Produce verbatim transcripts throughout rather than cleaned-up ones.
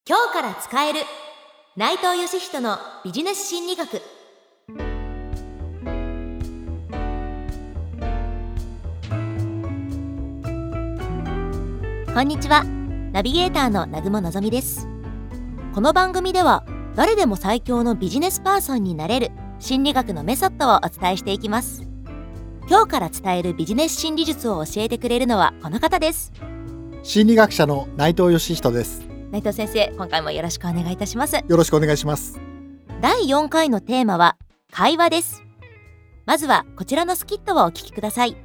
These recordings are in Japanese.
今日から使える内藤義人のビジネス心理学。こんにちは、ナビゲーターの南雲のぞみです。この番組では誰でも最強のビジネスパーソンになれる心理学のメソッドをお伝えしていきます。今日から伝えるビジネス心理術を教えてくれるのはこの方です。 心理学者の内藤義人です。 内藤先生、今回もよろしくお願いいたします。 よろしくお願いします。 だいよんかいのテーマは会話です。まずはこちらのスキットをお聞きください。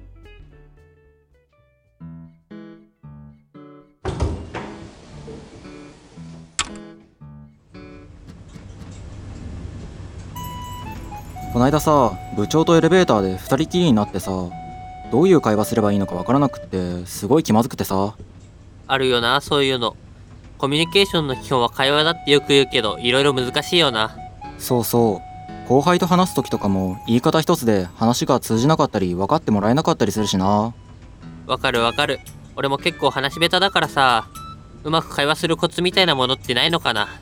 こないださ、部長とエレベーターで二人きりになってさ、どういう会話すればいいのかわからなくってすごい気まずくてさ。 あるよな、そういうの。コミュニケーションの基本は会話だってよく言うけど、いろいろ難しいよな。 そうそう、後輩と話す時とかも言い方一つで話が通じなかったり分かってもらえなかったりするしな。 わかるわかる。俺も結構話し下手だからさ、うまく会話するコツみたいなものってないのかな。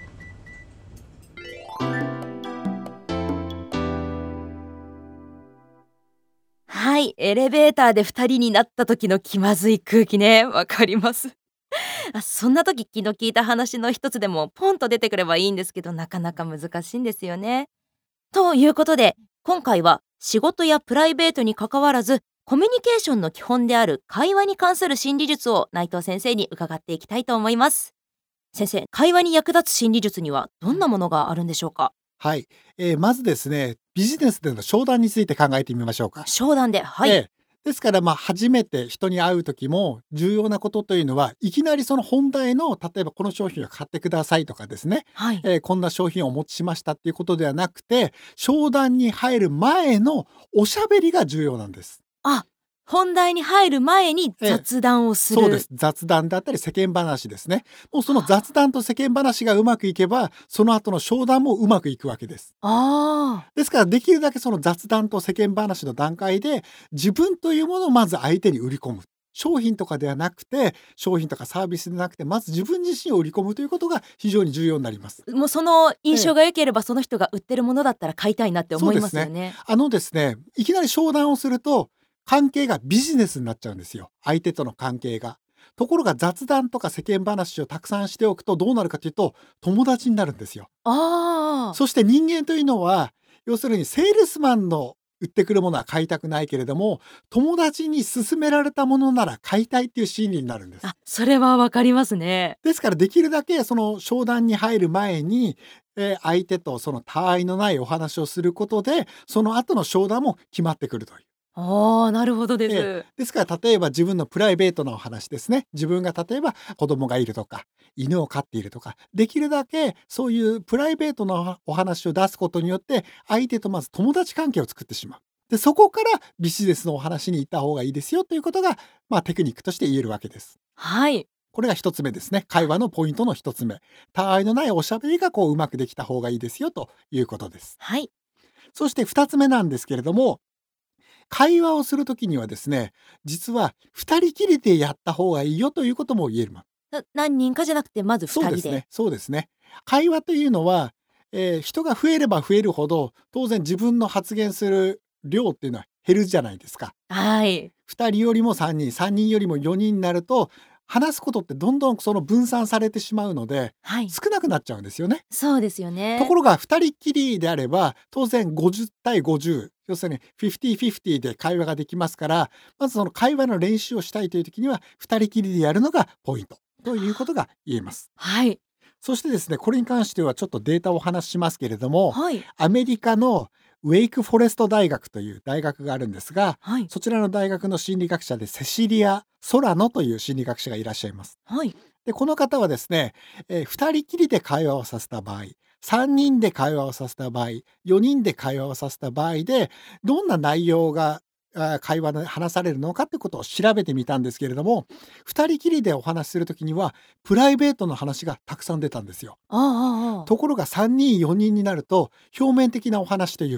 はい、エレベーターでふたりになった時の気まずい空気ね、わかりますあそんな時、気の利いた話の一つでもポンと出てくればいいんですけど、なかなか難しいんですよね。ということで、今回は仕事やプライベートに関わらずコミュニケーションの基本である会話に関する心理術を内藤先生に伺っていきたいと思います。先生、会話に役立つ心理術にはどんなものがあるんでしょうか？ はい、えー、まずですね、ビジネスでの商談について考えてみましょうか。 商談で、はい、 えーですからまあ初めて人に会う時も重要なことというのは、いきなりその本題の例えばこの商品を買ってくださいとかですね、 はいえー、こんな商品をお持ちしましたっていうことではなくて、商談に入る前のおしゃべりが重要なんです。 あ、本題に入る前に雑談をする、 そうです。雑談だったり世間話ですね。もうその雑談と世間話がうまくいけば、その後の商談もうまくいくわけです。 あですからできるだけその雑談と世間話の段階で自分というものをまず相手に売り込む。商品とかではなくて、商品とかサービスでなくて、まず自分自身を売り込むということが非常に重要になります。 もうその印象が良ければ、その人が売ってるものだったら買いたいなって思いますよね。 そうですね。あのですね、いきなり商談をすると関係がビジネスになっちゃうんですよ。相手との関係が。ところが雑談とか世間話をたくさんしておくとどうなるかというと、友達になるんですよ。 ああ、 そして人間というのは、要するにセールスマンの売ってくるものは買いたくないけれども、友達に勧められたものなら買いたいっていう心理になるんです。 あ、それはわかりますね。 ですからできるだけその商談に入る前に、えー相手とその他愛のないお話をすることで、その後の商談も決まってくるという。 ああ、なるほどです、 ええですから例えば自分のプライベートなお話ですね。自分が例えば子供がいるとか犬を飼っているとか、できるだけそういうプライベートなお話を出すことによって相手とまず友達関係を作ってしまう。でそこからビジネスのお話に行った方がいいですよということが、まあ、テクニックとして言えるわけです。 はい。 これが一つ目ですね。会話のポイントの一つ目。他愛のないおしゃべりがこううまくできた方がいいですよということです。 はい。 そして二つ目なんですけれども、会話をするときにはですね、実は二人きりでやった方がいいよということも言える。 な何人かじゃなくて、まずふたりで。 そうですね。そうですね。会話というのは、えー人が増えれば増えるほど、当然自分の発言する量っていうのは減るじゃないですか。 はい。 ふたりよりもさんにん、さんにんよりもよにんになると、話すことってどんどんその分散されてしまうので、 はい。 少なくなっちゃうんですよね。 そうですよね。 ところがふたりきりであれば当然ごじゅうたいごじゅう、要するにフィフティーフィフティーで会話ができますから、まずその会話の練習をしたいという時にはふたりきりでやるのがポイントということが言えます。 はい。 そしてですね、これに関してはちょっとデータをお話ししますけれども、 はい。 アメリカのウェイクフォレスト大学という大学があるんですが、 はい。 そちらの大学の心理学者でセシリア・ソラノという心理学者がいらっしゃいます。 はい。 でこの方はですね、えー、ふたりきりで会話をさせた場合、さんにんで会話をさせた場合、よにんで会話をさせた場合でどんな内容があ会話で話されるのかってことを調べてみたんですけれども、ふたりきりでお話しするときにはプライベートの話がたくさん出たんですよ。 ああ、ああ。 ところがさんにんよにんになると表面的なお話というか、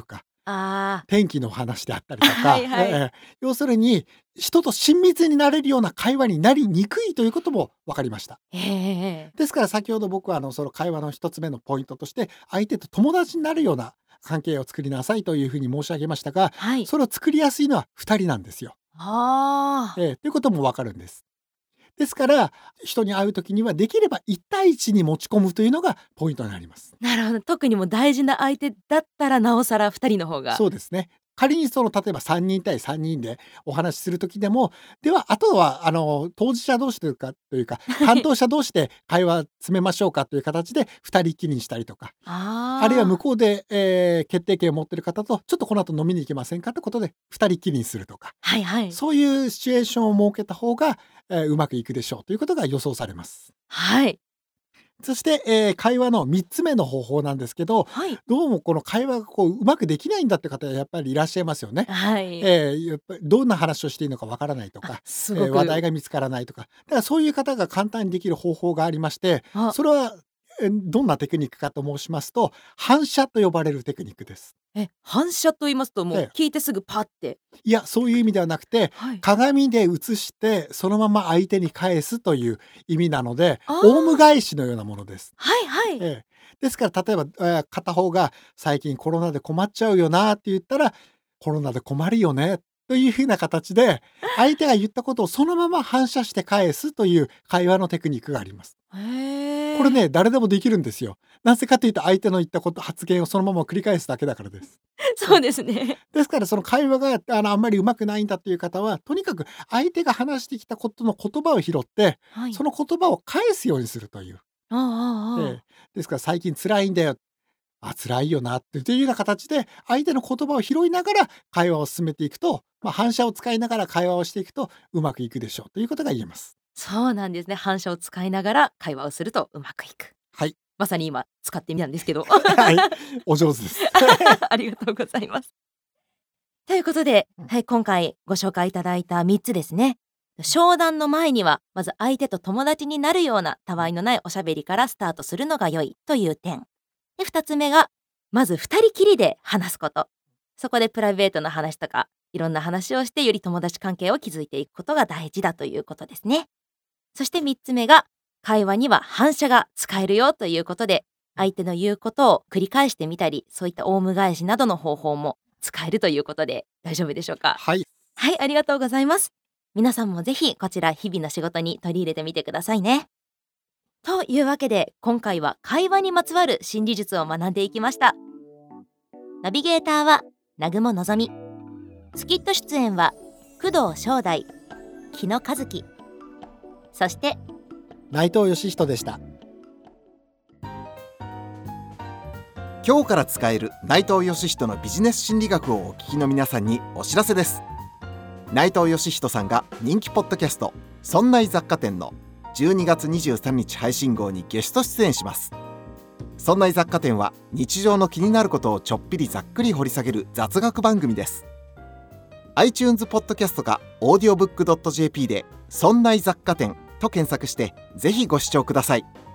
あ天気の話であったりとかはいはいええ要するに人と親密になれるような会話になりにくいということも分かりました。 ーえですから先ほど僕はあのその会話の一つ目のポイントとして相手と友達になるような関係を作りなさいというふうに申し上げましたが、 ーはいそれを作りやすいのはふたりなんですよ。 あーええということも分かるんです。ですから人に会う時にはできればいち対いちに持ち込むというのがポイントになります。 なるほど。特にもう大事な相手だったらなおさらふたりの方がそうですね。仮にその例えばさんにん対さんにんでお話しする時でも、ではあとはあの当事者同士というかというか担当者同士で会話詰めましょうかという形でふたりきりにしたりとか、 あーあるいは向こうで、えー決定権を持っている方とちょっとこの後飲みに行けませんかということでふたりきりにするとか、 はいはいそういうシチュエーションを設けた方が、えーうまくいくでしょうということが予想されます。 はいそして、えー会話のみっつめの方法なんですけど、 はいどうもこの会話がこううまくできないんだって方はやっぱりいらっしゃいますよね。 はいえーやっぱりどんな話をしていいのかわからないとか、えーすごく話題が見つからないとか、だからそういう方が簡単にできる方法がありまして、 あそれはえーどんなテクニックかと申しますと、反射と呼ばれるテクニックです。 え反射と言いますともええう聞いてすぐパッていや、そういう意味ではなくて、 はい鏡で映してそのまま相手に返すという意味なので、 あーオウム返しのようなものです。 はいはいええ、ですから例えば、えー片方が最近コロナで困っちゃうよなって言ったら、コロナで困るよねというふうな形で相手が言ったことをそのまま反射して返すという会話のテクニックがあります。 へーこれね、誰でもできるんですよ。なぜかというと相手の言ったこと発言をそのまま繰り返すだけだからです。 そうですねですからその会話があのあんまりうまくないんだという方は、とにかく相手が話してきたことの言葉を拾ってはいその言葉を返すようにするという。 ああああええ、ですから最近辛いんだよ。あ、辛いよなっていうような形で相手の言葉を拾いながら会話を進めていくと、まあ、反射を使いながら会話をしていくとうまくいくでしょうということが言えます。 そうなんですね。反射を使いながら会話をするとうまくいく。 はい。 まさに今使ってみたんですけどはい。お上手です。 ありがとうございます。ということで、 うんはい、今回ご紹介いただいたみっつですね。商談の前にはまず相手と友達になるようなたわいのないおしゃべりからスタートするのが良いという点で、ふたつめがまずふたりきりで話すこと。そこでプライベートな話とかいろんな話をしてより友達関係を築いていくことが大事だということですね。そしてみっつめが会話には反射が使えるよということで、相手の言うことを繰り返してみたり、そういったオウム返しなどの方法も使えるということで大丈夫でしょうか。 はい。 はい、ありがとうございます。皆さんもぜひこちら日々の仕事に取り入れてみてくださいね。というわけで今回は会話にまつわる心理術を学んでいきました。ナビゲーターは南雲のぞみ、スキット出演は工藤正代、木野和樹、そして内藤義人でした。 今日から使える内藤義人のビジネス心理学をお聞きの皆さんにお知らせです。内藤義人さんが人気ポッドキャストそんない雑貨店のじゅうにがつにじゅうさんにち配信号にゲスト出演します。そんない雑貨店は日常の気になることをちょっぴりざっくり掘り下げる雑学番組です。 iTunes ポッドキャストか オーディオブックドットジェーピー でそんない雑貨店と検索してぜひご視聴ください。